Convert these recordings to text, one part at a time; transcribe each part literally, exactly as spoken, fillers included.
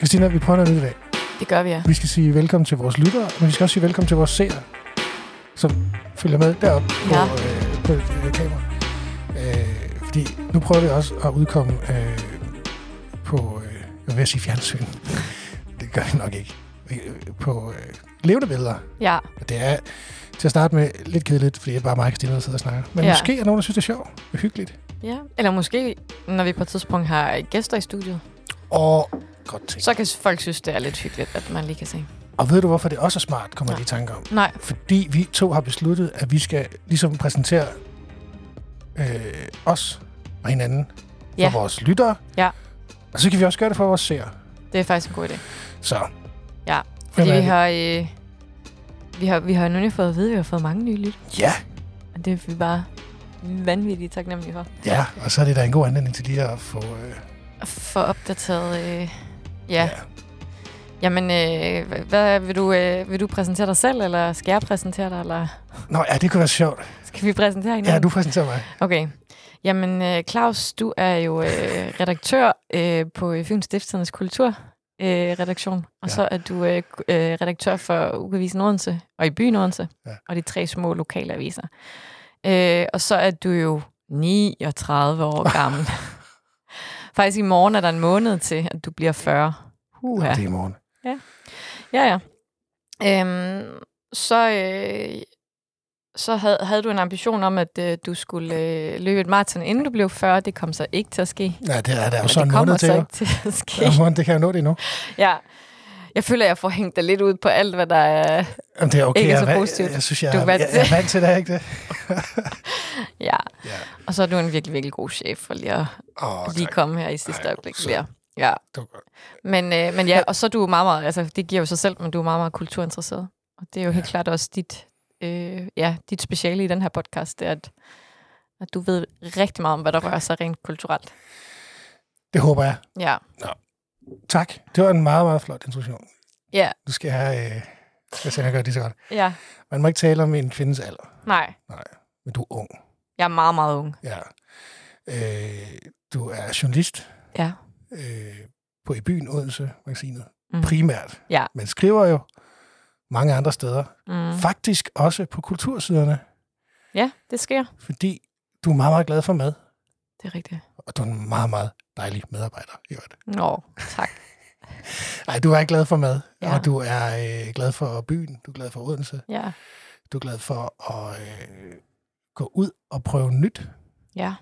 Christina, vi prøver noget nyt i dag. Det gør vi, ja. Vi skal sige velkommen til vores lyttere, men vi skal også sige velkommen til vores seere, som følger med deroppe på, ja. øh, på øh, kamera. Øh, fordi nu prøver vi også at udkomme øh, på, øh, jeg vil sige fjernsyn. Det gør vi nok ikke. På øh, levende billeder. Ja. Og det er til at starte med lidt kedeligt, fordi det er bare mig og Christina, der sidder og snakker. Men ja. Måske er nogen, der synes, det er sjovt og hyggeligt. Ja, eller måske, når vi på et tidspunkt har gæster i studiet. Og godt ting. Så kan folk synes, det er lidt hyggeligt, at man lige kan se. Og ved du, hvorfor det også er smart, kommer jeg lige i tanke om? Nej. Fordi vi to har besluttet, at vi skal ligesom præsentere øh, os og hinanden for ja. vores lyttere. Ja. Og så kan vi også gøre det for vores seere. Det er faktisk en god idé. Så. Ja, fordi vi har, øh, vi har, vi har nu fået at vide, at vi har fået mange nye lytter. Ja. Og det er vi bare vanvittigt taknemmelige for. Ja, og så er det da en god anledning til lige at få... Øh... For opdateret... Øh, ja. ja. Jamen, øh, hvad, vil, du, øh, vil du præsentere dig selv, eller skal jeg præsentere dig? Eller? Nå, ja, det kunne være sjovt. Skal vi præsentere hinanden? Ja, du præsenterer mig. Okay. Jamen, øh, Claus, du er jo øh, redaktør øh, på Fyns Stiftstidendes kulturredaktion, øh, og ja. Så er du øh, redaktør for Ugeavisen Odense og i byen Odense, ja. Og de tre små lokale aviser. Øh, og så er du jo niogtredive år gammel. Faktisk i morgen er der en måned til, at du bliver fyrre. Uh, ja, det er i morgen. Ja, ja. ja. Øhm, så øh, så havde, havde du en ambition om, at øh, du skulle øh, løbe et maraton, inden du blev fyrre. Det kom så ikke til at ske. Ja, det er der jo så en måned til. Det kommer så ikke til at ske. Ja, det kan jeg nå det nu. Ja. Jeg føler, at jeg får hængt dig lidt ud på alt, hvad der er, Jamen, det er okay. ikke er så jeg, positivt. Jeg, jeg synes, jeg, du er jeg, jeg er vant til det, ikke det? ja. ja. Og så er du en virkelig, virkelig god chef for lige at oh, lige komme her i sidste Ej, øjeblik. Så. Ja. Ja. Men, øh, men ja, og så er du meget, meget, altså det giver jo sig selv, men du er meget, meget kulturinteresseret. Og det er jo ja. Helt klart også dit, øh, ja, dit speciale i den her podcast, det er, at, at du ved rigtig meget om, hvad der rører sig rent kulturelt. Det håber jeg. Ja. Nå. Tak. Det var en meget, meget flot introduktion. Ja. Du skal have, øh, jeg skal gøre det så godt. Ja. Man må ikke tale om en kvindes alder. Nej. Nej, men du er ung. Jeg er meget, meget ung. Ja. Øh, du er journalist. Ja. Øh, på i byen Odense magasinet. Mm. Primært. Ja. Men skriver jo mange andre steder. Mm. Faktisk også på kultursiderne. Ja, det sker. Fordi du er meget, meget glad for mad. Det er rigtigt. Og du er en meget, meget dejlig medarbejder. Nå, tak. Nej, du er ikke glad for mad. Ja. Og du er øh, glad for byen. Du er glad for Odense. Ja. Du er glad for at øh, gå ud og prøve nyt. Ja.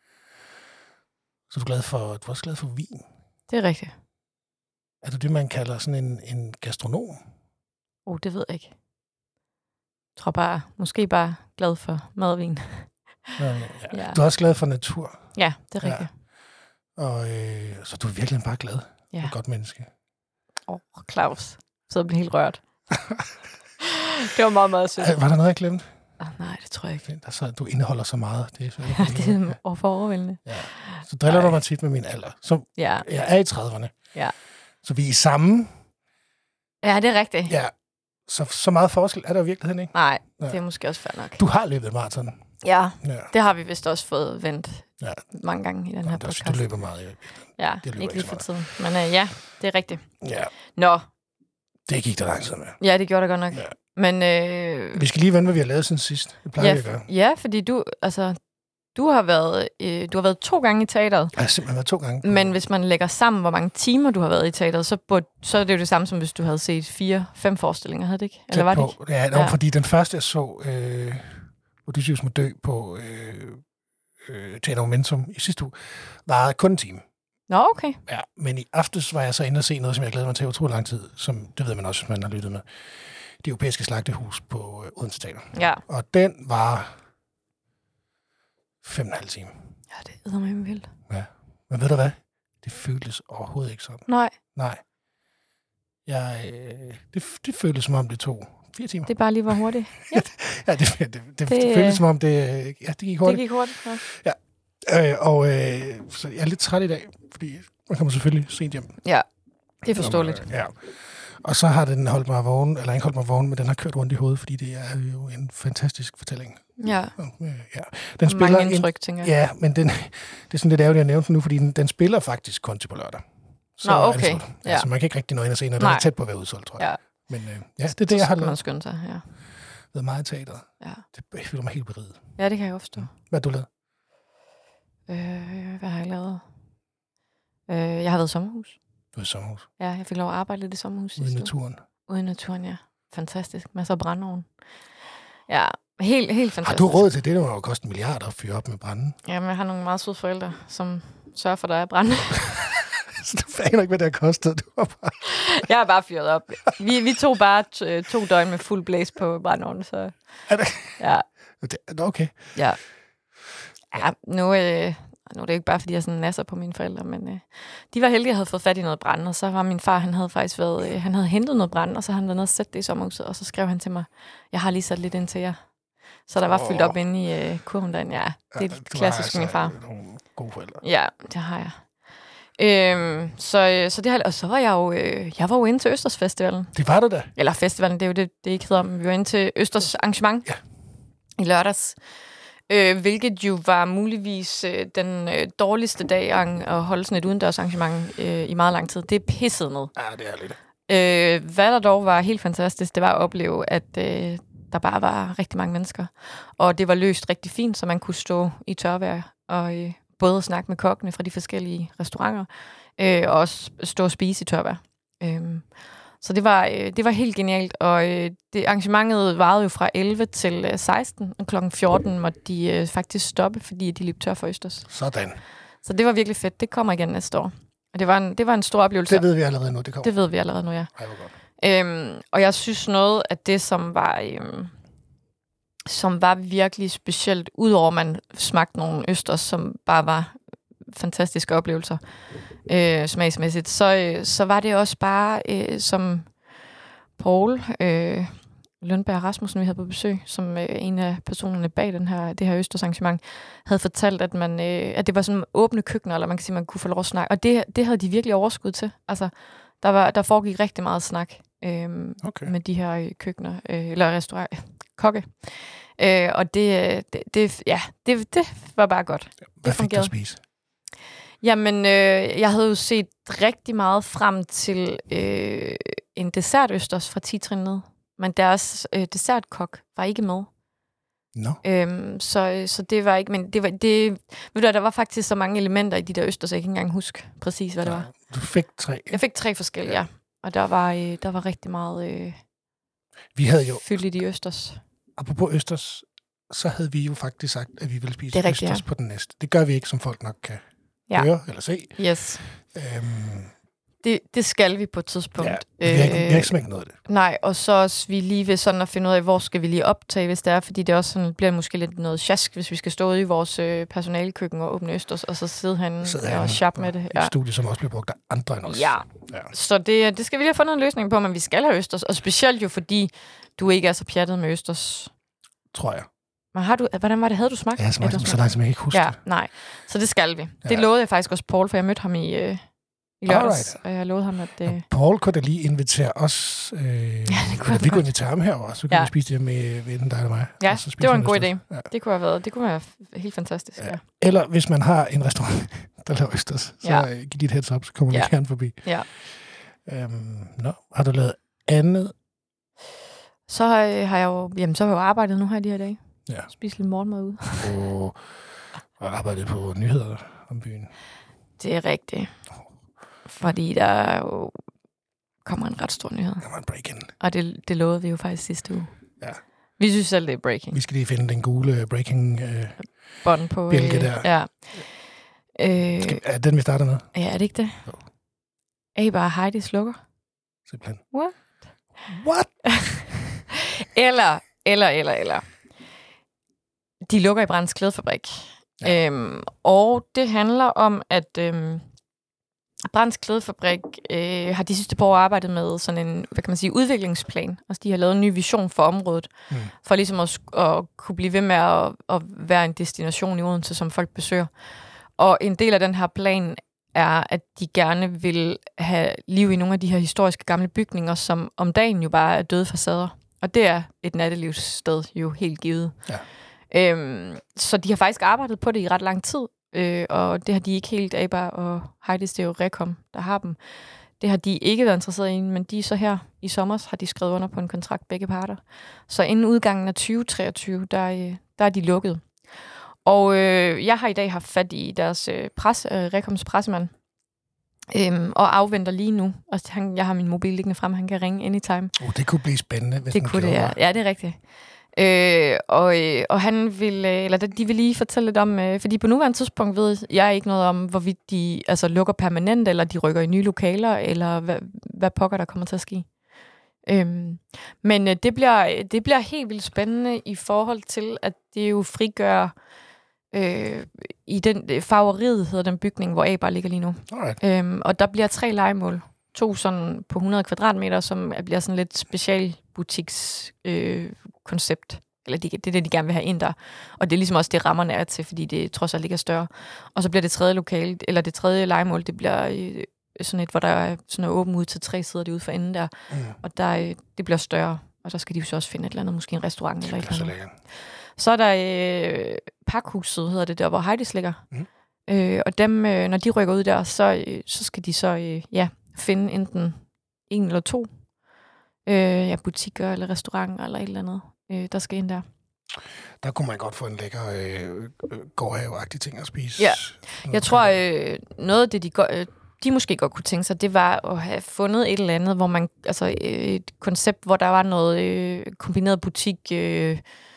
Så du er glad for, du er også glad for vin. Det er rigtigt. Er du det, man kalder sådan en, en gastronom? Oh, det ved jeg ikke. Jeg tror bare, måske bare glad for madvin. Ja, ja. Ja. Du er også glad for natur. Ja, det er rigtigt. Ja. Og øh, så du er virkelig bare glad. Ja. Og et godt menneske. Åh, oh, Claus. Så jeg blev helt rørt. Det var meget, meget sødt. Var der noget, jeg glemte? Oh, nej, det tror jeg ikke. Der, så, du indeholder så meget. Det er, så, ja, det er for overvældende. Ja. Så driller Ej. du mig tit med min alder. Så ja. Jeg er i trediverne. Ja. Så vi er samme. Ja, det er rigtigt. Ja. Så, så meget forskel er der i virkeligheden, ikke? Nej, ja. Det er måske også fair nok. Du har løbet et maraton. Ja, ja, det har vi vist også fået vendt ja. mange gange i den her Jamen, podcast. Du løber meget, i ja. Ikke lige ikke for tiden. Men uh, ja, det er rigtigt. Ja. Nå. Det gik der lang tid med. Ja, det gjorde der godt nok. Ja. Men, øh, vi skal lige vende, hvad vi har lavet siden sidst. Det plejer ja, vi at gøre. Ja, fordi du, altså, du har været, øh, du har været to gange i teateret. Jeg har simpelthen været to gange. På. Men hvis man lægger sammen, hvor mange timer du har været i teateret, så, burde, så er det jo det samme, som hvis du havde set fire, fem forestillinger, havde det ikke? Eller var det ikke? Ja, no, ja, fordi den første, jeg så, øh, Odysseus må dø på øh, øh, Teater Momentum i sidste uge, var kun en time. Nå, okay. Ja, men i aftes var jeg så inde og se noget, som jeg glæder mig til utrolig lang tid, som det ved man også, hvis man har lyttet med. Det europæiske slagtehus på øh, Odense Teater. Ja. Og den var fem og en halv time. Ja, det æder mig med vildt. Ja, men ved du hvad? Det føltes overhovedet ikke sådan. Nej. Nej. Jeg, øh, det, det føltes som om, det tog fire timer. Det bare lige var hurtigt. Ja, ja det, det, det, det, det føltes som om, det, ja, det gik hurtigt. Det gik hurtigt, ja. Ja, øh, og øh, så jeg er lidt træt i dag, fordi man kommer selvfølgelig sent hjem. Ja, det er forståeligt. Og, ja. Og så har den holdt mig vågen, eller ikke holdt mig vågen, men den har kørt rundt i hovedet, fordi det er jo en fantastisk fortælling. Ja. ja. Den spiller mange indtryk, en, tænker jeg. Ja, men den, det er sådan lidt ærgerligt at nævne den nu, fordi den, den spiller faktisk kun til på lørdag. så Nå, er okay. det slut. Ja. Altså, man kan ikke rigtig nå ind og se, når det er tæt på at være udsolgt, tror jeg. Ja. Men øh, ja, det er det, jeg har lavet. skynde sig, ja. Været meget i teateret. Ja. Det føler mig helt beriget. Ja, det kan jeg forstå. Hvad har du lavet? Øh, hvad har jeg lavet? Øh, jeg har været i sommerhus. Du er i sommerhus. Ja, jeg fik lov at arbejde lidt i sommerhus. Ude i naturen. Ude i naturen, ja. Fantastisk. Masser af brændeovn. Ja, helt, helt fantastisk. Har du råd til det? Det må jo koste milliarder at fyre op med branden. Jamen, jeg har nogle meget søde forældre, som sørger for, at der er brænde. Så du faner ikke, hvad det har kostet. Du har bare... Jeg har bare fyret op. Vi, vi tog bare t- to døgn med fuld blæs på brændeovnen, så... Er det? Ja. Okay. Ja. Ja, nu, øh, nu er det ikke bare, fordi jeg sådan nasser på mine forældre, men øh, de var heldige, at jeg havde fået fat i noget brænde, og så var min far, han havde faktisk været, øh, han havde hentet noget brænde, og så havde han været nede og sætte det i sommerhuset, og så skrev han til mig, jeg har lige sat lidt ind til jer. Så der var oh. fyldt op inde i øh, kurven derinde. Ja, det er ja, klassisk altså min far. Nogle gode forældre. Ja, det har jeg. Øhm, så, så det har, og så var jeg jo, øh, jeg var jo inde til Østers Festivalen. Det var du da? Eller festivalen, det er jo det, det ikke hedder, men vi var inde til Østers arrangement ja. i lørdags. Øh, hvilket jo var muligvis øh, den øh, dårligste dag at holde sådan et udendørs arrangement øh, i meget lang tid. Det er pisset ned. Ja, det er lidt. Øh, hvad der dog var helt fantastisk, det var at opleve, at øh, der bare var rigtig mange mennesker. Og det var løst rigtig fint, så man kunne stå i tørvejr og øh, både snakke med kokkene fra de forskellige restauranter, øh, og også stå og spise i tørvejr. Øh, så det var, øh, det var helt genialt, og øh, det, arrangementet varede jo fra elleve til øh, seksten, og klokken fjorten måtte de øh, faktisk stoppe, fordi de løb tør for Østers. Sådan. Så det var virkelig fedt. Det kommer igen næste år. Og det var en, det var en stor oplevelse. Det ved vi allerede nu, det kommer. Det ved vi allerede nu, ja. Ej, hvor godt. Øhm, og jeg synes noget af det, som var, øhm, som var virkelig specielt, udover at man smagte nogle østers, som bare var fantastiske oplevelser øh, smagsmæssigt, så, øh, så var det også bare, øh, som Poul øh, Lundberg Rasmussen, vi havde på besøg, som øh, en af personerne bag den her, det her østers arrangement, havde fortalt, at, man, øh, at det var sådan åbne køkkener, eller man kan sige, man kunne få lov at snakke. Og det, det havde de virkelig overskud til. Altså, der, var, der foregik rigtig meget snak øh, okay. med de her køkkener, øh, eller restauranter, kokke. Øh, og det, det, det, ja, det, det var bare godt. Hvad det fik du at spise? Jamen, øh, jeg havde jo set rigtig meget frem til øh, en dessertøsters fra ti trin ned. Men deres øh, dessertkok var ikke med. No. Øhm, så, så det var ikke... Men det var, det, ved du, der var faktisk så mange elementer i de der østers, så jeg kan ikke engang huske præcis, hvad det var. Du fik tre? Jeg fik tre forskellige, ja. Og der var, øh, der var rigtig meget øh, vi havde jo, fyldt i de østers. Apropos østers, så havde vi jo faktisk sagt, at vi ville spise rigtigt, østers ja. på den næste. Det gør vi ikke, som folk nok kan ja. høre eller se. Yes. Øhm, det, det skal vi på et tidspunkt. Ja, vi har ikke, vi har ikke smagt noget af det. Nej, og så også vi lige ved sådan at finde ud af, hvor skal vi lige optage, hvis det er, fordi det også sådan, bliver måske lidt noget sjask, hvis vi skal stå ude i vores øh, personalekøkken og åbne østers, og så sidde herinde sidde og chappe med det. Ja. Et studie, som også bliver brugt af andre end os. Ja, ja. Så det, det skal vi lige have fundet en løsning på, men vi skal have østers, og specielt jo fordi du ikke er så pjattet med østers. Tror jeg. Men har du, hvordan var det? Havde du smagt? Ja, jeg smagte dem så langt, som jeg ikke husker. Ja, nej. Så det skal vi. Ja. Det lovede jeg faktisk også Paul, for jeg mødte ham i, øh, i lørdags, og jeg lovede ham, at det... Ja, Paul kunne da lige invitere os, øh, ja, det kunne vi kunne invitere ham herover, så kunne ja. vi spise det med, med enten dig eller mig. Ja, det var en god idé. Ja. Det kunne have været, det kunne være helt fantastisk. Ja. Ja. Eller hvis man har en restaurant, der laver østers, så ja. giv dit heads up, så kommer ja. vi gerne forbi. Ja. Øhm, nå, har du lavet andet? Så øh, har jeg jo, jamen, så har jeg jo arbejdet nu her de her dage. Ja. Spist lidt morgenmad ud. Og, og arbejdet på nyheder om byen. Det er rigtigt. Fordi der jo kommer en ret stor nyhed. Der var en break-in. Og det, det lovede vi jo faktisk sidste uge. Ja. Vi synes selv, det er breaking. Vi skal lige finde den gule breaking øh, bånd på bjælke der. Ja. Øh, skal, er den, vi starter med? Ja, er det ikke det? Jo. Er I bare Heidi slukker? Simpelthen. What? What? eller, eller, eller, eller. De lukker i Brands Klædefabrik. Ja. Øhm, og det handler om, at øhm, Brands Klædefabrik øh, har de sidste par år arbejdet med sådan en, hvad kan man sige, udviklingsplan. Altså de har lavet en ny vision for området, mm. for ligesom at, at kunne blive ved med at, at være en destination i Odense, som folk besøger. Og en del af den her plan er, at de gerne vil have liv i nogle af de her historiske gamle bygninger, som om dagen jo bare er døde facader. Og det er et nattelivssted jo helt givet. Ja. Øhm, så de har faktisk arbejdet på det i ret lang tid. øh, og det har de ikke helt, Aba og Heidis, det er jo Rekom, der har dem. Det har de ikke været interesseret i, men de er så her i sommer, har de skrevet under på en kontrakt, begge parter. Så inden udgangen af tyve treogtyve, der, der er de lukket. Og øh, jeg har i dag haft fat i deres øh, pres, øh, Rekoms pressemand, øhm, og afventer lige nu. Og han, jeg har min mobil liggende frem, han kan ringe anytime. Oh, det kunne blive spændende, hvis det kunne det, ja. Ja, det er rigtigt. Øh, og, øh, og han vil, øh, eller de vil lige fortælle lidt om, øh, fordi på nuværende tidspunkt ved jeg ikke noget om, hvorvidt de altså, lukker permanent, eller de rykker i nye lokaler, eller hvad, hvad pokker der kommer til at ske. Øhm, men øh, det, bliver, det bliver helt vildt spændende i forhold til, at det jo frigør øh, i den øh, Favoriet hedder den bygning, hvor A bare ligger lige nu. Øhm, og der bliver tre lejemål. To sådan på hundrede kvadratmeter, som bliver sådan lidt specialbutiks øh, koncept. Eller de, det er det, de gerne vil have ind der. Og det er ligesom også det, rammerne er til, fordi det trods alt ligger større. Og så bliver det tredje lokale, eller det tredje lejemål, det bliver øh, sådan et, hvor der er sådan åben ud til tre sider derude for enden der. Mm. Og der, øh, det bliver større. Og der skal de jo så også finde et eller andet, måske en restaurant eller et eller andet. Så er der øh, Pakhuset, hedder det der, hvor Heidis ligger. Mm. Øh, og dem, øh, når de rykker ud der, så, øh, så skal de så, øh, ja, finde enten en eller to øh, ja, butikker eller restauranter eller et eller andet, øh, der skal ind der. Der kunne man godt få en lækker øh, gårdhave-agtig ting at spise. Ja, jeg tror, øh, noget af det, de, går, øh, de måske godt kunne tænke sig, det var at have fundet et eller andet, hvor man, altså et koncept, hvor der var noget øh, kombineret butik, øh,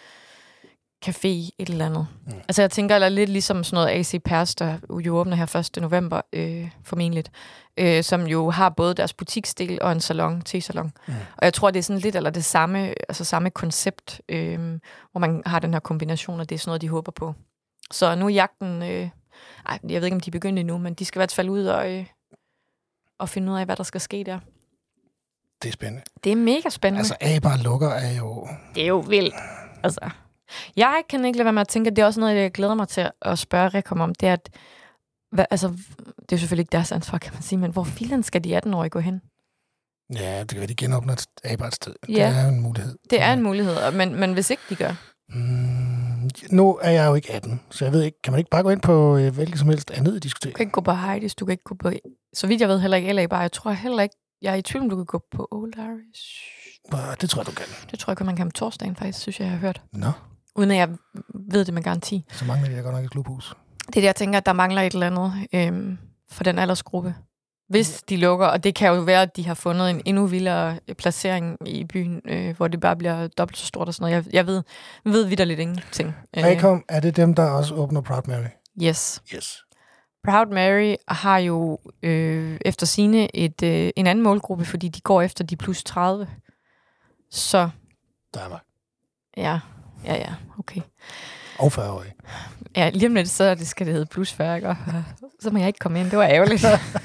café, et eller andet. Mm. Altså jeg tænker, eller lidt ligesom sådan noget A C Pers, der jo åbner her første november, øh, formentligt, øh, som jo har både deres butiksdel og en salon, te-salon. Mm. Og jeg tror, det er sådan lidt eller det samme, altså samme koncept, øh, hvor man har den her kombination, og det er sådan noget, de håber på. Så nu er jagten, øh, ej, jeg ved ikke, om de er begyndt endnu, men de skal i hvert fald ud og, øh, og finde ud af, hvad der skal ske der. Det er spændende. Det er mega spændende. Altså, A bare lukker er jo... Det er jo vildt. Altså... Jeg kan ikke lade være med at tænke, at det er også noget, jeg glæder mig til at spørge Rekom om, det er, at hvad, altså, det er selvfølgelig ikke deres ansvar, kan man sige, men hvor filen skal de atten-årige gå hen? Ja, det kan være, de genåbner A-bare et sted. Ja, det er en mulighed. Det er en mulighed, men, men hvis ikke de gør? Mm, nu er jeg jo ikke atten, så jeg ved ikke, kan man ikke bare gå ind på øh, hvilket som helst andet diskotek? Du kan ikke gå på Heidis, du kan ikke gå på, så vidt jeg ved heller ikke L A bare, jeg tror heller ikke, jeg er i tvivl, om du kan gå på Old Irish. Det tror jeg, du kan. Det tror jeg kun, man kan om torsdagen faktisk, synes jeg, jeg har hørt. Nå. Uden at jeg ved det med garanti. Så mangler de godt nok et klubhus. Det er det, jeg tænker, at der mangler et eller andet øhm, for den aldersgruppe. Hvis de lukker, og det kan jo være, at de har fundet en endnu vildere placering i byen, øh, hvor det bare bliver dobbelt så stort og sådan noget. Jeg, jeg ved, ved vitterligt ingenting. Rekom, er det dem, der også åbner Proud Mary? Yes. Yes. Proud Mary har jo øh, efter sigende et, øh, en anden målgruppe, fordi de går efter de plus tredive. Så... Der er mig. Ja, ja, ja, okay. Og fyrre-årige. Ja, lige om lidt, så det skal det hedde plus fyrre, ikke? Så må jeg ikke komme ind. Det var ærgerligt.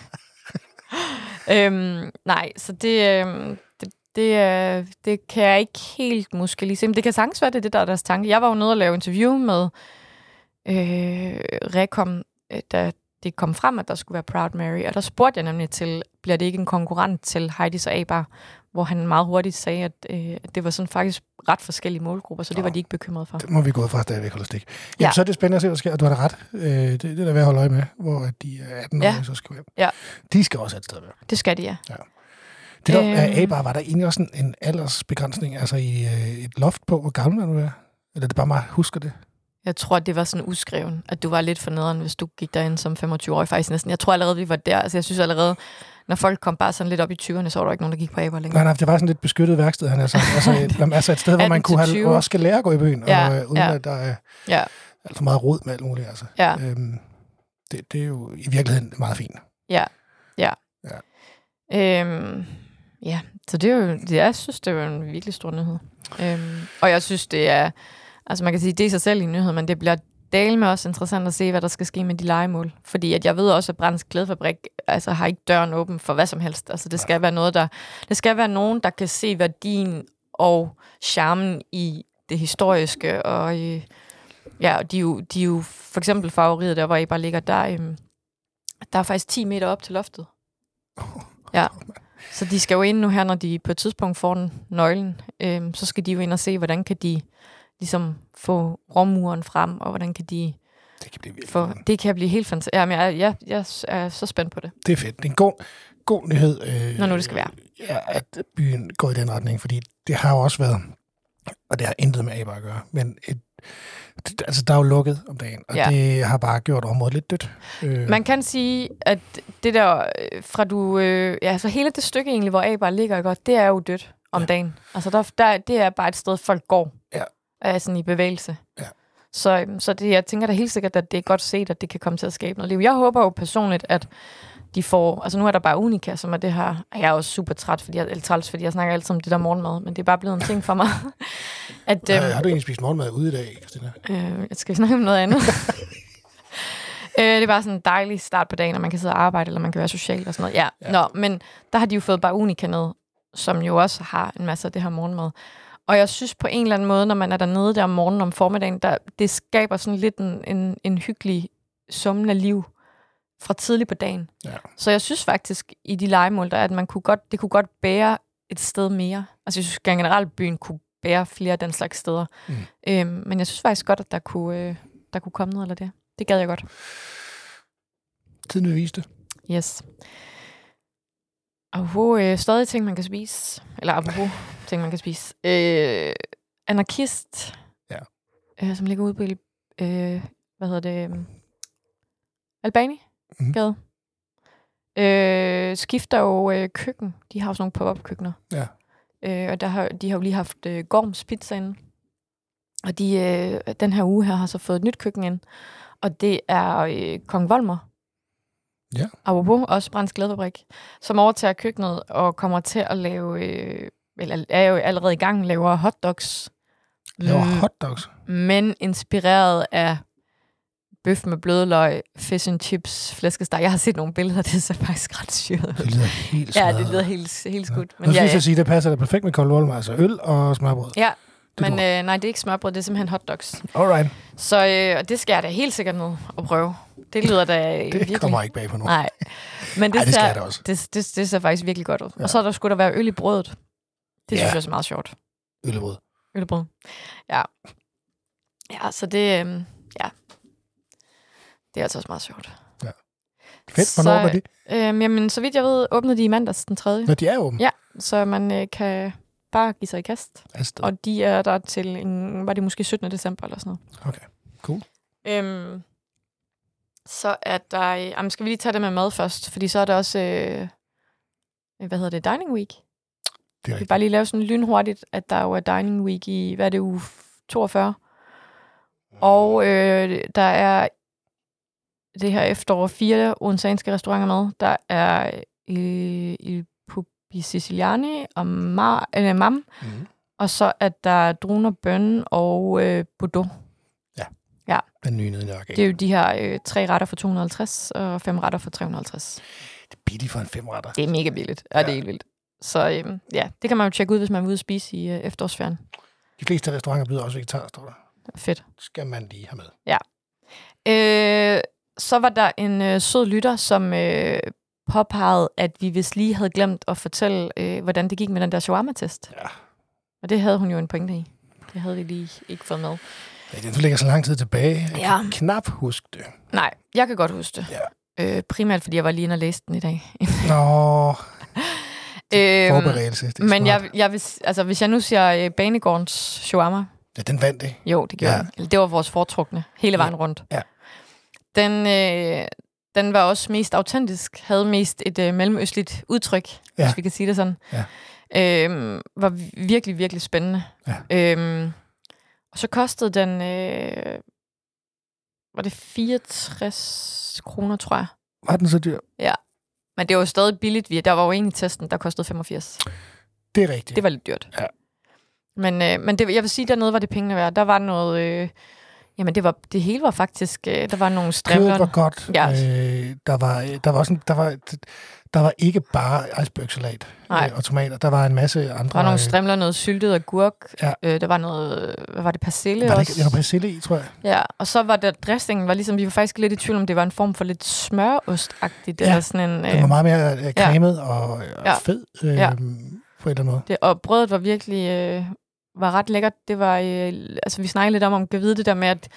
øhm, nej, så det, øh, det, det, øh, det kan jeg ikke helt måske lige se. Men det kan sagtens være, det er det, der er deres tanke. Jeg var jo nede og lave interview med øh, Rekom, da det kom frem, at der skulle være Proud Mary. Og der spurgte jeg nemlig til, bliver det ikke en konkurrent til Heidis og A-Bar? Hvor han meget hurtigt sagde, at, øh, at det var sådan faktisk ret forskellige målgrupper, så det Nå, var de ikke bekymrede for. Det må vi gå fra stadigvæk holde stik. Jamen, ja. Så er det spændende at se, hvad der sker, og du har da ret. Øh, det, det er der ved at holde øje med, hvor de atten år, ja. Så skal hjem. Ja. De skal også et sted være. Det skal de, ja. ja. Det der, øhm. A-Bar, var der egentlig også en, en aldersbegrænsning, altså i øh, et loft på, hvor gammel er du er? Eller det bare mig husker det? Jeg tror, det var sådan uskreven, at du var lidt for nederen, hvis du gik derind som femogtyve-årig faktisk næsten. Jeg tror allerede, vi var der. Altså, jeg synes allerede, når folk kom bare sådan lidt op i tyverne, så var der ikke nogen, der gik på A-Bar længere. Nej, nej, det var sådan lidt beskyttet værksted, han er sagt. Altså, et, altså et sted, hvor man kunne have, også skal lære at gå i byen, ja, og, uden ja. at der er ja. alt for meget rod med alt muligt. Altså. Ja. Øhm, det, det er jo i virkeligheden meget fint. Ja, ja. Ja, øhm, ja. Så det er jo, det, jeg synes, det er en virkelig stor nyhed. Øhm, og jeg synes, det er, altså man kan sige, det er sig selv en nyhed, men det bliver dale med også interessant at se, hvad der skal ske med de lejemål. Fordi at jeg ved også, at Brands Klædefabrik altså, har ikke døren åben for hvad som helst. Altså, det skal være noget, der... Det skal være nogen, der kan se værdien og charmen i det historiske. Og øh, ja, de er, jo, de er jo for eksempel Favoriet, der hvor I bare ligger, der, øh, der er faktisk ti meter op til loftet. Ja. Så de skal jo ind nu her, når de på et tidspunkt får den nøglen. Øh, så skal de jo ind og se, hvordan kan de ligesom få rummuren frem, og hvordan kan de Det kan blive virkelig For det kan blive helt fantastisk. Jamen, jeg, jeg, jeg er så spændt på det. Det er fedt. Det er en god, god nyhed, øh, Når nu det skal være. Ja, at byen går i den retning, fordi det har jo også været, og det har intet med aber at gøre, men et, det, altså, der er jo lukket om dagen, og ja. det har bare gjort området lidt dødt. Øh. Man kan sige, at det der, fra du, øh, ja, så hele det stykke egentlig, hvor aber ligger, ikke, det er jo dødt om ja. dagen. Altså, der, der, det er bare et sted, folk går, ja. er sådan i bevægelse. Ja. Så, så det, jeg tænker da helt sikkert, at det er godt set, at det kan komme til at skabe noget liv. Jeg håber jo personligt, at de får... Altså nu er der bare Unica, som er det her... Jeg er også super træt, fordi jeg, eller træls, fordi jeg snakker altid om det der morgenmad, men det er bare blevet en ting for mig. at, øhm, har du egentlig spist morgenmad ude i dag, Christina? Øh, jeg skal snakke om noget andet. øh, det er bare sådan en dejlig start på dagen, og man kan sidde og arbejde, eller man kan være social og sådan noget. Ja. Ja. Nå, men der har de jo fået bare Unica ned, som jo også har en masse af det her morgenmad. Og jeg synes på en eller anden måde, når man er dernede der om morgenen om formiddagen, der, det skaber sådan lidt en, en, en hyggelig summende liv fra tidlig på dagen. Ja. Så jeg synes faktisk, i de legemål, der er, at man kunne godt, det kunne godt bære et sted mere. Altså jeg synes generelt, byen kunne bære flere af den slags steder. Mm. Øhm, men jeg synes faktisk godt, at der kunne, øh, der kunne komme noget eller det. Det gad jeg godt. Tiden vil vise det. Yes. Apropos øh, stadig ting, man kan spise. Eller apropos ting, man kan spise. Øh, anarkist, ja. øh, som ligger ude på, øh, hvad hedder det, øh, Albani mm-hmm. gade. Øh, skifter jo øh, køkken. De har jo sådan nogle pop-up-køkkener. Ja. Øh, og der har, de har jo lige haft øh, Gorms Pizza inde. Og de, øh, den her uge her har så fået et nyt køkken ind. Og det er øh, Kong Volmer. Ja. Apropos også Brands Glædefabrik, som overtager køkkenet og kommer til at lave, øh, eller er jo allerede i gang, laver hotdogs. Laver mm, hotdogs? Men inspireret af bøf med blødløg, fish and chips, flæskesteg. Jeg har set nogle billeder, det ser faktisk ret syret. Det lyder helt smadret. Ja, det lyder helt, helt skudt. Ja. Men jeg synes, jeg sige, det passer da perfekt med Kong Volmer, altså øl og smørbrød. Ja, det men øh, nej, det er ikke smørbrød, det er simpelthen hotdogs. Alright. Så øh, det skal jeg da helt sikkert ned og prøve. Det lyder da det virkelig. Det kommer ikke bag på nogen. Nej, men det, Ej, det, ser, det, også. Det, det, det ser faktisk virkelig godt ud. Ja. Og så der skulle der være øl i brødet. Det ja. synes jeg er meget sjovt. Øl i brød. Øl i brød. Ja. Ja, så det, øh, ja. Det er altså også meget sjovt. Ja. Fedt, hvornår åbner de? Øh, jamen, så vidt jeg ved, åbnede de i mandags den tredje. Nå, de er åbne? Ja, så man øh, kan bare give sig i kast. Afsted. Og de er der til, en, var det måske syttende december eller sådan noget. Okay, cool. Øhm, så er der... Jamen, skal vi lige tage det med mad først? Fordi så er der også... Øh, hvad hedder det? Dining Week. Det er vi kan bare lige lave sådan lynhurtigt, at der jo er Dining Week i... Hvad er det? Uge toogfyrre. Og øh, der er det her efterår fire odenseanske restauranter med. Der er øh, Il Pupi Siciliani og Mar, øh, Mam. Mm-hmm. Og så er der Druner Bøn og øh, Bordeaux. Ja. Ja. Den nye nede i Nørregade. Det er jo de her øh, tre retter for to hundrede og halvtreds og fem retter for tre hundrede og halvtreds. Det er billigt for en fem retter. Det er mega billigt, og ja. Det er helt vildt. Så øh, ja, det kan man jo tjekke ud, hvis man vil ud og spise i øh, efterårsferien. De fleste restauranter byder også vegetar, står der. Fedt. Det skal man lige have med. Ja. Øh, så var der en øh, sød lytter, som øh, påpegede, at vi vist lige havde glemt at fortælle, øh, hvordan det gik med den der shawarma-test. Ja. Og det havde hun jo en pointe i. Det havde vi lige ikke fået med. Ja, den ligger så lang tid tilbage. Jeg ja. kan knap huske det. Nej, jeg kan godt huske det. Ja. Øh, primært, fordi jeg var lige inde og læste den i dag. Nå... Øhm, Forberedelse. Men jeg, jeg vil, altså, hvis jeg nu siger uh, Banegårdens shawarma... Ja, den vandt, ikke? Jo, det gjorde ja. den. Det var vores foretrukne, hele vejen ja. rundt. Ja. Den, øh, den var også mest autentisk, havde mest et øh, mellemøstligt udtryk, ja. hvis vi kan sige det sådan. Ja. Øhm, var virkelig, virkelig spændende. Ja. Øhm, og så kostede den... Øh, var det fireogtres kroner, tror jeg. Var den så dyr? Ja. Men det var jo stadig billigt. Der var jo en i testen, der kostede femogfirs. Det er rigtigt. Det var lidt dyrt. Ja. Men, øh, men det, jeg vil sige, dernede var det pengene værd. Der var noget... Øh, jamen, det, var, det hele var faktisk... Øh, der var nogle strimler. Kødet var godt. Ja. Øh, der, var, der, var også en, der, var, der var ikke bare icebergsalat øh, og tomater. Der var en masse andre... Der var nogle strimler, noget syltet agurk. Ja. Øh, der var noget... Hvad var det? Persille var det også? Ikke, der var persille i, tror jeg. Ja, og så var der dressingen, var ligesom... Vi var faktisk lidt i tvivl om, det var en form for lidt smørostagtigt. Ja, eller sådan en, øh, det var meget mere øh, cremet ja. og, og ja. fed øh, ja. på en eller anden måde. Det, og brødet var virkelig... Øh, var ret lækkert. Det var... Øh, altså, vi snakkede lidt om, om kan vide det der med, at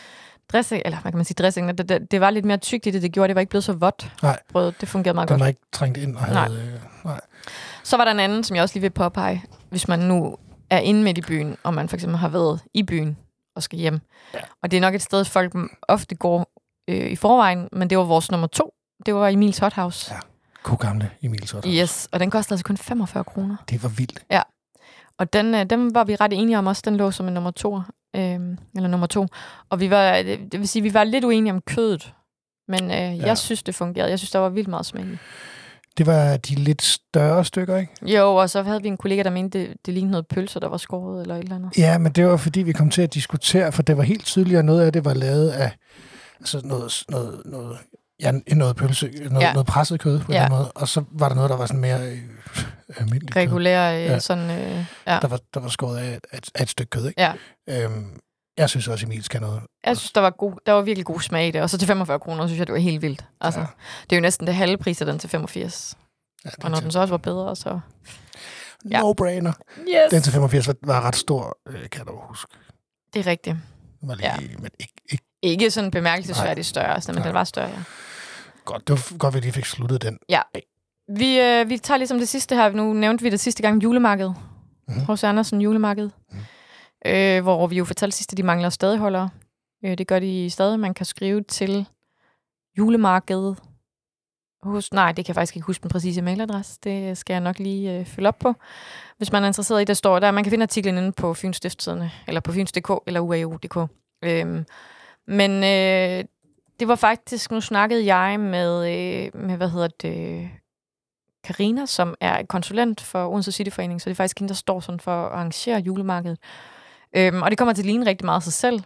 dressing, eller hvad kan man sige, dressing, det, det, det var lidt mere tykt i det, det gjorde, det var ikke blevet så vådt. Nej. Brødet, det fungerede meget den godt. Den var ikke trængt ind og havde... Nej. Øh, nej. Så var der en anden, som jeg også lige vil påpege, hvis man nu er inde midt i byen, og man for eksempel har været i byen og skal hjem. Ja. Og det er nok et sted, folk ofte går øh, i forvejen, men det var vores nummer to. Det var Emils Hot House. Ja, god gamle Emils Hot House. Yes, og den kostede altså kun femogfyrre kroner. Det var vildt. Ja, og den, øh, den var vi ret enige om også. Den lå som en nummer to. Øh, eller nummer to. Og vi var, det vil sige, vi var lidt uenige om kødet. Men øh, ja. jeg synes, det fungerede. Jeg synes, der var vildt meget smag i. Det var de lidt større stykker, ikke? Jo, og så havde vi en kollega, der mente, det, det lignede noget pølser, der var skåret eller et eller andet. Ja, men det var fordi, vi kom til at diskutere, for det var helt tydeligt, at noget af det var lavet af altså noget, noget, noget, ja, noget pølse, noget, ja. noget presset kød på ja. den måde. Og så var der noget, der var sådan mere øh, almindeligt regulær, kød. Ja. sådan... Øh, ja. Der var, der var skåret af et, et, et stykke kød, ikke? Ja. Øhm, jeg synes også, Emil skal noget. Jeg synes, der var, god, der var virkelig god smag i det. Og så til femogfyrre kroner, synes jeg, det var helt vildt. Altså, ja. Det er jo næsten det halve pris af den til femogfirs. Ja, og når den så også var bedre, så... Ja. No-brainer. Yes. Den til femogfirs var, var ret stor, øh, kan jeg dog huske. Det er rigtigt. Det var lige, ja. Men ikke, ikke... ikke sådan bemærkelsesværdigt større, men Nej. Den var større, ja. Godt, det var godt, at vi lige fik sluttet den. Ja. Vi, øh, vi tager ligesom det sidste her. Nu nævnte vi det sidste gang julemarkedet. Mm-hmm. Hos Andersen julemarked. Mm. Øh, hvor vi jo fortalte sidst, at de mangler stadigholdere. Øh, det gør de stadig. Man kan skrive til julemarkedet. Hos, nej, det kan jeg faktisk ikke huske den præcise mailadresse. Det skal jeg nok lige øh, følge op på. Hvis man er interesseret i, der står der. Man kan finde artiklen inde på Fyns Stiftstidende, eller på fyns punktum d k, eller u a o punktum d k. Øhm, men øh, det var faktisk, nu snakkede jeg med, øh, med hvad hedder det, Karina, som er konsulent for Odense Cityforening, så det er faktisk hende, der står sådan for at arrangere julemarkedet. Øhm, og det kommer til at ligne rigtig meget sig selv.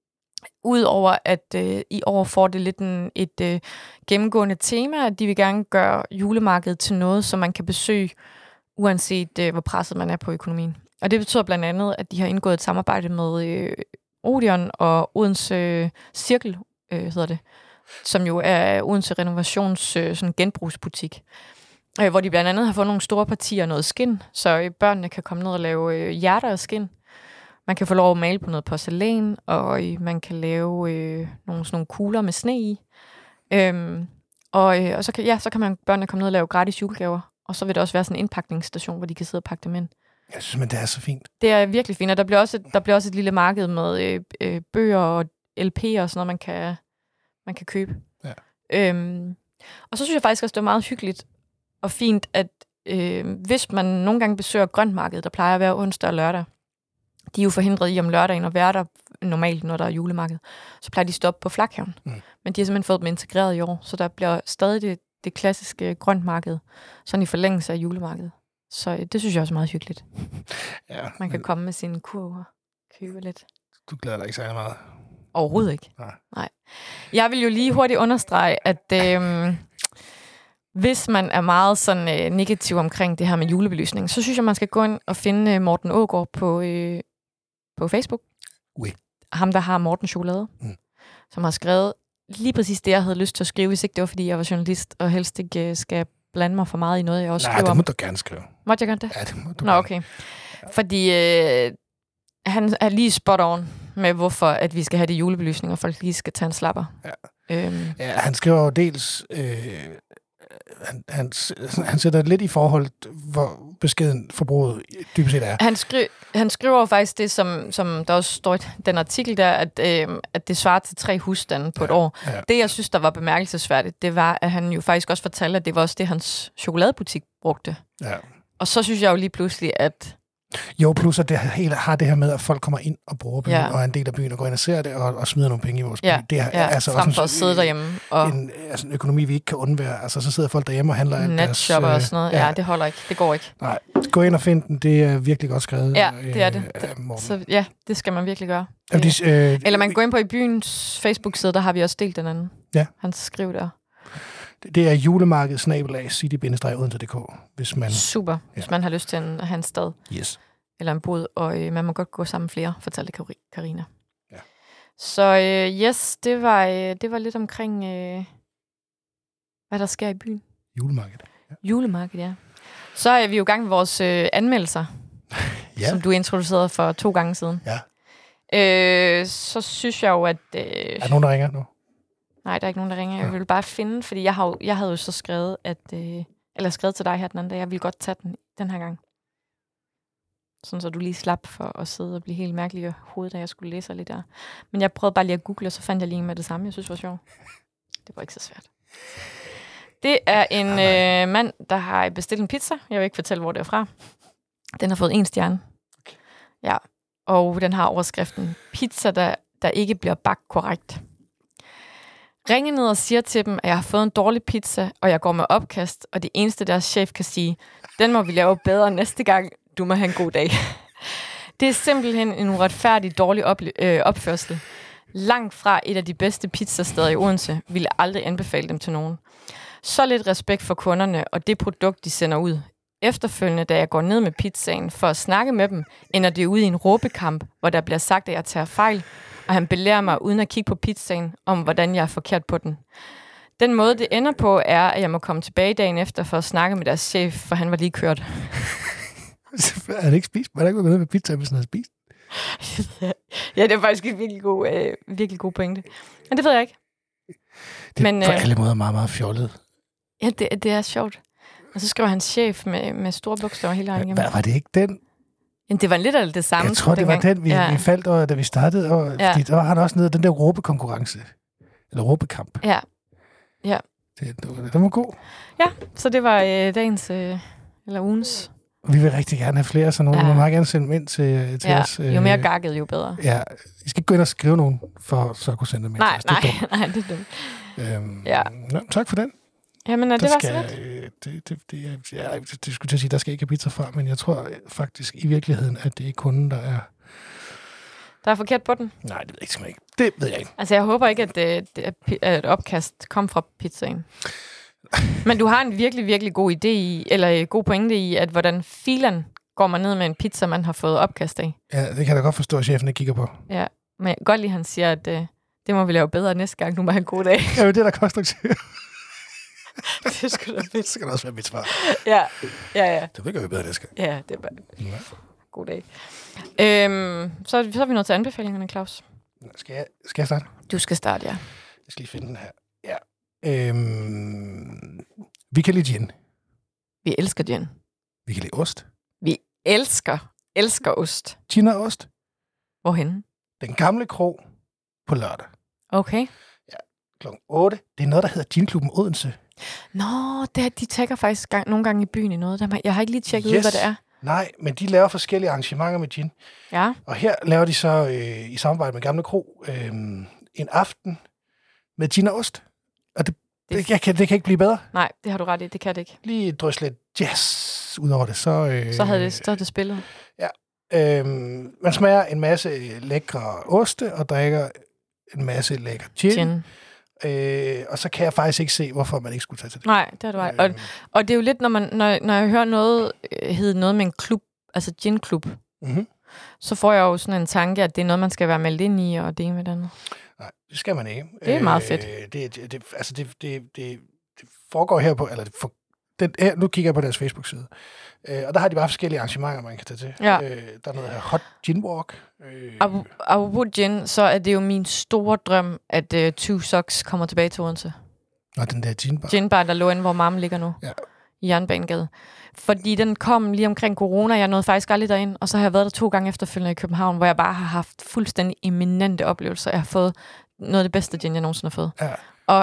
Udover at øh, i år får det lidt en, et øh, gennemgående tema, at de vil gerne gøre julemarkedet til noget, som man kan besøge, uanset øh, hvor presset man er på økonomien. Og det betyder blandt andet, at de har indgået et samarbejde med øh, Odeon og Odense øh, Cirkel, øh, hedder det, som jo er Odense Renovations øh, sådan genbrugsbutik, øh, hvor de blandt andet har fået nogle store partier noget skin, så øh, børnene kan komme ned og lave øh, hjerter af skin. Man kan få lov at male på noget porcelæn, og øh, man kan lave øh, nogle, sådan nogle kugler med sne i. Øhm, og øh, og så, kan, ja, så kan man børnene komme ned og lave gratis julegaver. Og så vil der også være sådan en indpakningsstation, hvor de kan sidde og pakke dem ind. Jeg synes, men det er så fint. Det er virkelig fint, og der bliver også et, der bliver også et lille marked med øh, øh, bøger og L P'er og sådan noget, man kan, man kan købe. Ja. Øhm, og så synes jeg faktisk også, det er meget hyggeligt og fint, at øh, hvis man nogle gange besøger grøntmarkedet, der plejer at være onsdag og lørdag, de er jo forhindret i om lørdagen at være der normalt, når der er julemarked. Så plejer de at stoppe på Flakhaven. Mm. Men de har simpelthen fået dem integreret i år, så der bliver stadig det, det klassiske grøntmarked, sådan i forlængelse af julemarkedet. Så det synes jeg også er meget hyggeligt. Ja, Man kan komme med sine kurver, købe lidt. Du glæder dig ikke særlig meget? Overhovedet ikke. Nej. Nej. Jeg vil jo lige hurtigt understrege, at øh, hvis man er meget sådan øh, negativ omkring det her med julebelysning, så synes jeg, man skal gå ind og finde øh, Morten Aagaard på, øh, på Facebook. Oui. Ham, der har Morten Chokolade, mm. som har skrevet lige præcis det, jeg havde lyst til at skrive, hvis ikke det var, fordi jeg var journalist, og helst ikke øh, skal blande mig for meget i noget, jeg også Nej, skriver det må om. du gerne skrive. Måtte jeg gerne det? Ja, det må du Nå, gerne. okay. Ja. Fordi øh, han er lige spot on med, hvorfor at vi skal have det julebelysning, og folk lige skal tage en slapper. Ja, øhm. ja han skriver jo dels... Øh, han, han, han sætter lidt i forhold, hvor beskeden forbruget dybest set er. Han, skri- han skriver jo faktisk det, som, som der også står i den artikel der, at, øh, at det svarer til tre husstande på ja, et år. Ja. Det, jeg synes, der var bemærkelsesværdigt, det var, at han jo faktisk også fortalte, at det var også det, hans chokoladebutik brugte. Ja. Og så synes jeg jo lige pludselig, at... Jo, plus at det hele har det her med, at folk kommer ind og bruger byen, ja. og er en del af byen, og går ind og ser det, og, og smider nogle penge i vores by. Ja, det er ja. altså frem også for at sidde derhjemme. Og en, altså en økonomi, vi ikke kan undvære. Altså, så sidder folk derhjemme og handler alt deres... Netshopper og sådan noget. Ja. ja, det holder ikke. Det går ikke. Nej, gå ind og find den. Det er virkelig godt skrevet. Ja, det er det. Øh, så ja, det skal man virkelig gøre. Jamen, de, øh, Eller man kan gå ind på i byens Facebook-side, der har vi også delt den anden. Ja. Han skriver der. Det er julemarkedet snabel-a city bindestreg odense punktum d k, hvis man... Super, hvis ja. man har lyst til en, at have en stad. Yes. Eller en bod, og øh, man må godt gå sammen flere, fortalte Karina. Ja. Så øh, yes, det var, øh, det var lidt omkring, øh, hvad der sker i byen. Julemarkedet. Ja. Julemarkedet, ja. Så er vi jo i gang med vores øh, anmeldelser, ja. som du introducerede for to gange siden. Ja. Øh, så synes jeg jo, at... Øh, er der nogen, der ringer nu? Nej, der er ikke nogen, der ringer. Jeg vil bare finde, fordi jeg, har jo, jeg havde jo så skrevet, at, øh, eller skrevet til dig her den anden dag, jeg ville godt tage den den her gang. Sådan så du lige slap for at sidde og blive helt mærkelig i hovedet, da jeg skulle læse lidt der. Men jeg prøvede bare lige at google, og så fandt jeg lige med det samme, jeg synes var sjovt. Det var ikke så svært. Det er en øh, mand, der har bestilt en pizza. Jeg vil ikke fortælle, hvor det er fra. Den har fået en stjerne. Ja, og den har overskriften pizza, der, der ikke bliver bagt korrekt. Ringer ned og siger til dem, at jeg har fået en dårlig pizza, og jeg går med opkast, og det eneste, deres chef kan sige, den må vi lave bedre næste gang. Du må have en god dag. Det er simpelthen en uretfærdig dårlig op- øh, opførsel. Langt fra et af de bedste pizzasteder i Odense ville aldrig anbefale dem til nogen. Så lidt respekt for kunderne og det produkt, de sender ud. Efterfølgende, da jeg går ned med pizzaen for at snakke med dem, ender det ud i en råbekamp, hvor der bliver sagt, at jeg tager fejl, og han belærer mig uden at kigge på pizzaen, om hvordan jeg er forkert på den. Den måde, det ender på, er, at jeg må komme tilbage dagen efter for at snakke med deres chef, for han var lige kørt. Er det ikke spist? Hvordan kan du gå ned med pizza, hvis han har spist? Ja, det er faktisk en virkelig god, øh, virkelig god pointe. Men det ved jeg ikke. Det er Men, på øh, alle måder meget, meget fjollet. Ja, det, det er sjovt. Og så skriver han chef med, med store bogstaver hele vejen igennem. Var, var det ikke den? Ja, det var lidt af det samme. Jeg tror, det var dengang. den, vi, ja. vi faldt over, da vi startede. Og, Ja. Fordi der var han også nede af den der råbekonkurrence. Eller råbekamp. Ja. Ja. Det, det, var, det var god. Ja, så det var øh, dagens, øh, eller ugens. Vi vil rigtig gerne have flere, så nogen Ja. må meget gerne sende dem ind til, til Ja, os. jo mere gakket, jo bedre. Ja, I skal ikke gå ind og skrive nogen, for så at kunne sende dem ind Nej, til os. Det er nej, nej, det er dumt. dumt. Øhm, Ja. Nå, tak for den. Jamen, det Der var skal, så lidt. øh, det, det, det, er- ja, det, det skulle til at sige, der skal ikke have pizza fra, men jeg tror faktisk i virkeligheden, at det er kunden, der er... Der er forkert på den. Nej, det ved jeg ikke. Det ved jeg ikke. Altså, jeg håber ikke, at, det, det, at pi- at et opkast kom fra pizzaen. Men du har en virkelig, virkelig god idé i, eller øh, god pointe i, at hvordan filen går man ned med en pizza, man har fået opkast af. Ja, det kan jeg da godt forstå, at chefen ikke kigger på. Ja, men jeg kan godt lide, at han siger, at øh, det må vi lave bedre næste gang. Nu må have en god dag. Ja, det er da konstruktivt. Det er sgu da fedt. Så skal det også være mit svar. Ja, ja, ja. Det vil gøre vi bedre næste gang. Ja, det er bare Ja. god dag. Øhm, så, så er vi nået til anbefalingerne, Claus. Skal jeg, skal jeg starte? Du skal starte, ja. Jeg skal lige finde den her. Ja. Øhm, vi kan lide gin. Vi elsker gin. Vi kan lide ost. Vi elsker, elsker ost. Gin og ost. Hvorhenne? Den gamle krog på lørdag. Okay. klokken otte. Det er noget, der hedder Ginklubben Odense. Nå, det er, de tjekker faktisk gang, nogle gange i byen i noget. Der, jeg har ikke lige tjekket yes. ud, hvad det er. Nej, men de laver forskellige arrangementer med gin. Ja. Og her laver de så øh, i samarbejde med Gamle Kro øh, en aften med gin og ost. Og det, det, det, jeg kan, det kan ikke blive bedre. Nej, det har du ret i. Det kan det ikke. Lige drys lidt jazz ud over det. Så, øh, Så havde det, så havde det spillet. Ja. Øh, man smager en masse lækre oste og drikker en masse lækker gin. Gin. Øh, og så kan jeg faktisk ikke se, hvorfor man ikke skulle tage til det. Nej, det har du ret. Og, og det er jo lidt, når, man, når, når jeg hører noget, øh, hedder noget med en klub, altså gin-klub, Mm-hmm. så får jeg jo sådan en tanke, at det er noget, man skal være meldt ind i, og det ene med det andet. Nej, det skal man ikke. Det er meget fedt. Øh, det, det, det, altså det, det, det, det foregår her på, eller det for, den, her, nu kigger jeg på deres Facebook-side, øh, og der har de bare forskellige arrangementer, man kan tage til. Ja. Øh, der er noget her Hot Gin Walk. Øh, Ap- Apropos gin, så er det jo min store drøm, at uh, Two Socks kommer tilbage til Odense. og den der ginbar. Ginbar, der lå inde, hvor mamma ligger nu. Ja. I Jernbanegade. Fordi den kom lige omkring corona. Jeg nåede faktisk aldrig derind. Og så har jeg været der to gange efterfølgende i København, hvor jeg bare har haft fuldstændig eminente oplevelser. Jeg har fået noget af det bedste gin, jeg nogensinde har fået. Ja. Og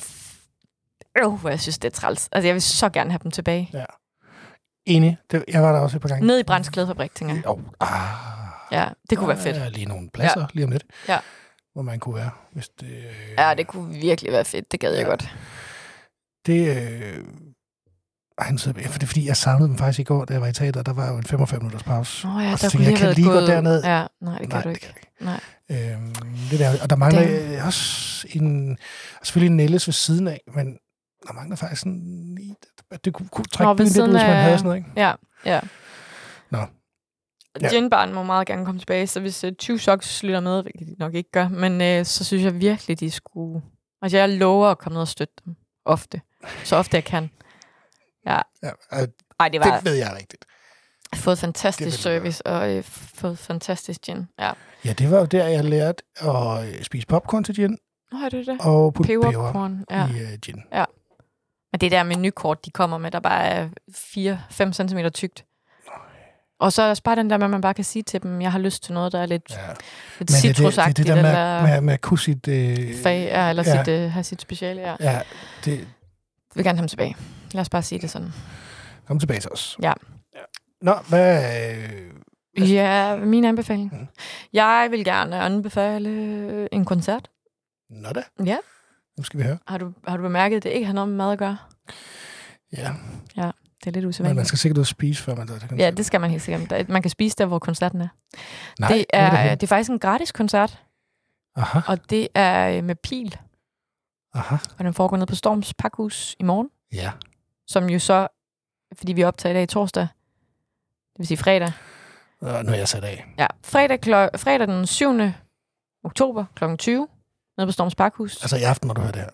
øh, hvor jeg synes, det er træls. Altså, jeg vil så gerne have dem tilbage. Ja. Enig. Det, jeg var der også et par gange. Ned i Brands Klædefabrik, tænker jeg. Oh, ah, Ja, det kunne være fedt. Der er lige nogle pladser ja. lige om lidt, Ja. hvor man kunne være. Hvis det, øh, Ja, det kunne virkelig være fedt. Det gad jeg Ja. godt. Det, øh, ej, nu sidder jeg- for det er fordi, jeg savnede dem faktisk i går, da jeg var i teater. Der var jo en femogfyrre minutters pause. Nå ja, Og så der tænkte kunne jeg, lige kan have lige været gå gået... derned? Ja, nej, det kan Nej, du det ikke. kan jeg Nej. Øhm, det der, og der mangler Damn. øh, også en, selvfølgelig en Nelles ved siden af, men der mangler faktisk sådan lige, at det kunne, kunne trække Nå, ved byen lidt ud, siden hvis man af- havde sådan noget, ikke? Ja, ja. Nå. Ja. Ginbaren må meget gerne komme tilbage, så hvis uh, Two Socks lytter med, hvilket de nok ikke gør, men uh, så synes jeg virkelig, de skulle... Altså, jeg lover at komme ned og støtte dem. Ofte. Så ofte jeg kan. Ja. Ja, øh, Ej, det var... det ved jeg rigtigt. fået fantastisk Det service og øh, fået fantastisk gin. Ja. Ja, det var jo der, jeg lærte at øh, spise popcorn til gin. Nå, er det det? Og putte peber Peberkorn, ja. i øh, gin. Ja. Men det der menukort, de kommer med, der bare er fire til fem centimeter tykt. Og så er der bare den der med, at man bare kan sige til dem, jeg har lyst til noget, der er lidt, Ja. lidt Men citrusagtigt. det, det, det der med, eller med, med at kunne sit... Øh, fag, ja, eller ja. sit, øh, have sit speciale. Ja. Ja, det... Jeg vil gerne have ham tilbage. Lad os bare sige det sådan. Kom tilbage til os. Ja. ja. Nå, hvad... Øh, Ja, min anbefaling. Mhm. Jeg vil gerne anbefale en koncert. Nå da, Ja. nu skal vi høre. Har du, har du bemærket, at det ikke har noget med mad at gøre? Ja, Det er lidt men usædvanligt. man skal sikkert ud og spise, før man tager til koncert. Ja, det skal man helt sikkert. Der- Man kan spise der, hvor koncerten er. Nej, det, hvor er, det henne? det er faktisk en gratis koncert, Aha, og det er øh, med Pil, aha. og den foregår nede på Storms Pakhus i morgen, Ja. som jo så, fordi vi optager i dag torsdag, det vil sige fredag. Og nu er jeg sat af. Ja, fredag, klo- fredag den syvende oktober klokken tyve, nede på Storms Pakhus, Altså i aften, når du hører det her.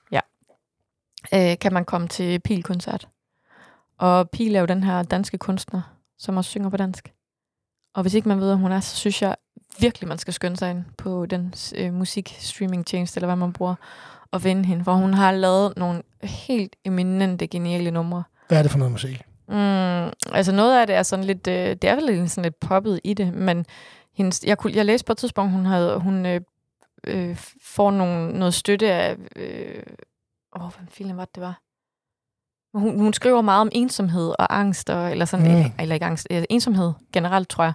øh, kan man komme til Pil-koncert. Og Pil er jo den her danske kunstner, som også synger på dansk. Og hvis ikke man ved, hvem hun er, så synes jeg virkelig, man skal skynde sig ind på den øh, musikstreaming-tjeneste, eller hvad man bruger, og finde hende. For hun har lavet nogle helt eminente, geniale numre. Hvad er det for noget musik? Mm, altså noget af det er sådan lidt, øh, det er vel sådan lidt poppet i det, men hendes, jeg, kunne, jeg læste på et tidspunkt, hun havde, hun øh, øh, får nogle, noget støtte af, øh, åh, hvad film var det, det var? Hun, hun skriver meget om ensomhed og angst, og, eller sådan, Mm. eller, eller ikke angst, øh, ensomhed generelt, tror jeg.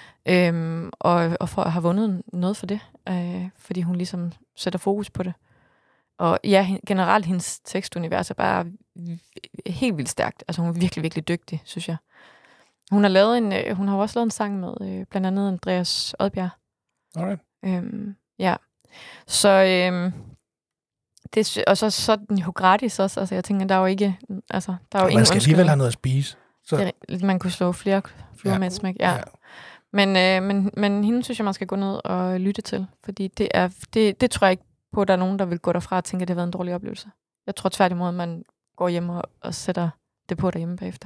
Øhm, og og for, har vundet noget for det, øh, fordi hun ligesom sætter fokus på det. Og ja, hen- generelt hendes tekstunivers er bare v- helt vildt stærkt. Altså hun er virkelig, virkelig dygtig, synes jeg. Hun har lavet en, øh, hun har jo også lavet en sang med øh, blandt andet Andreas Odbjerg. Alright. Øhm, ja. Så øhm, det, sy- og så, så er den jo gratis også. Altså jeg tænker, der er jo ikke, altså der er jo Og ingen man skal alligevel undskyldning. have noget at spise. Så, Det er ri- Man kunne slå flere fluer Ja. med et smæk. Ja. ja. Men, øh, men, men hende synes jeg, man skal gå ned og lytte til. Fordi det, er, det, det tror jeg ikke på, at der er nogen, der vil gå derfra og tænke, at det har været en dårlig oplevelse. Jeg tror tværtimod, at man går hjem og, og sætter det på derhjemme bagefter.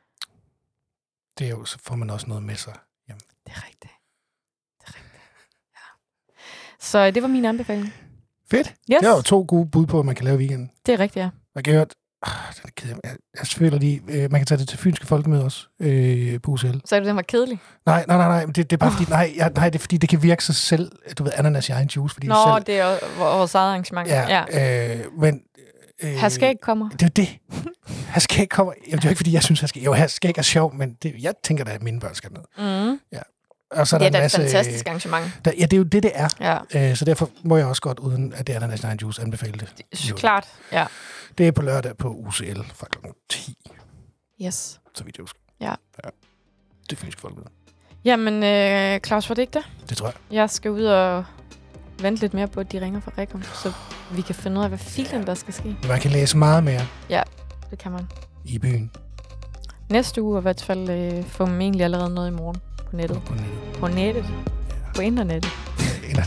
Det er jo, så får man også noget med sig. Jamen. Det er rigtigt. Det er rigtigt. Ja. Så det var min anbefaling. Fedt. Yes. Det er jo to gode bud på, hvad man kan lave i weekenden. Det er rigtigt, ja. Man kan høre, ah, det er kedeligt. Jeg, jeg føler lige, øh, man kan tage det til Fynske Folkemøde også, øh, på U C L. Så er det, den var kedelig. Nej, nej, nej, nej, det, det er bare fordi, nej, ja, nej, det er fordi, det kan virke sig selv, du ved, ananas i egen juice, fordi Nå, det selv, det er jo vores eget arrangement. ja, ja. Øh, men, øh, Her skal ikke komme. det er jo det. Her skal ikke komme, det er jo ikke fordi, jeg synes, her skal, jo, her skal ikke er sjov, men det, jeg tænker da, at mine børn skal ned. Mm. Og så er Det er der da en et masse, fantastisk arrangement. der, ja, det er jo det, det er. Ja, Øh, så derfor må jeg også godt, uden at det er ananas i egen juice, anbefale det. Jo. klart. Ja. Det er på lørdag på U C L fra klokken ti, Yes. så vidt jeg husker. Ja. ja. Det er Fynske Folkemøde. Jamen, øh, Claus, var det ikke det? Det tror jeg. Jeg skal ud og vente lidt mere på, at de ringer fra Rekom, så vi kan finde ud af, hvad filen der skal ske. Man kan læse meget mere Det kan man. i byen Næste uge, og i hvert fald øh, får man egentlig allerede noget i morgen på nettet. på nettet. På nettet. På internettet. Eller-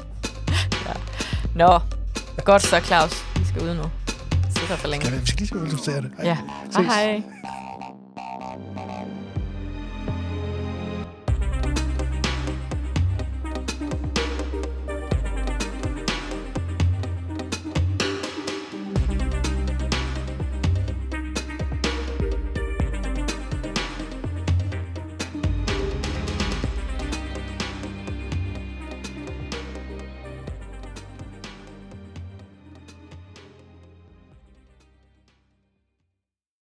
Nå, godt så, Claus. Vi skal ud nu. Sidder for længe. Skal vi, vi skal lige se, hvad du ser det. Hej. Ja. Ses. Hej hej.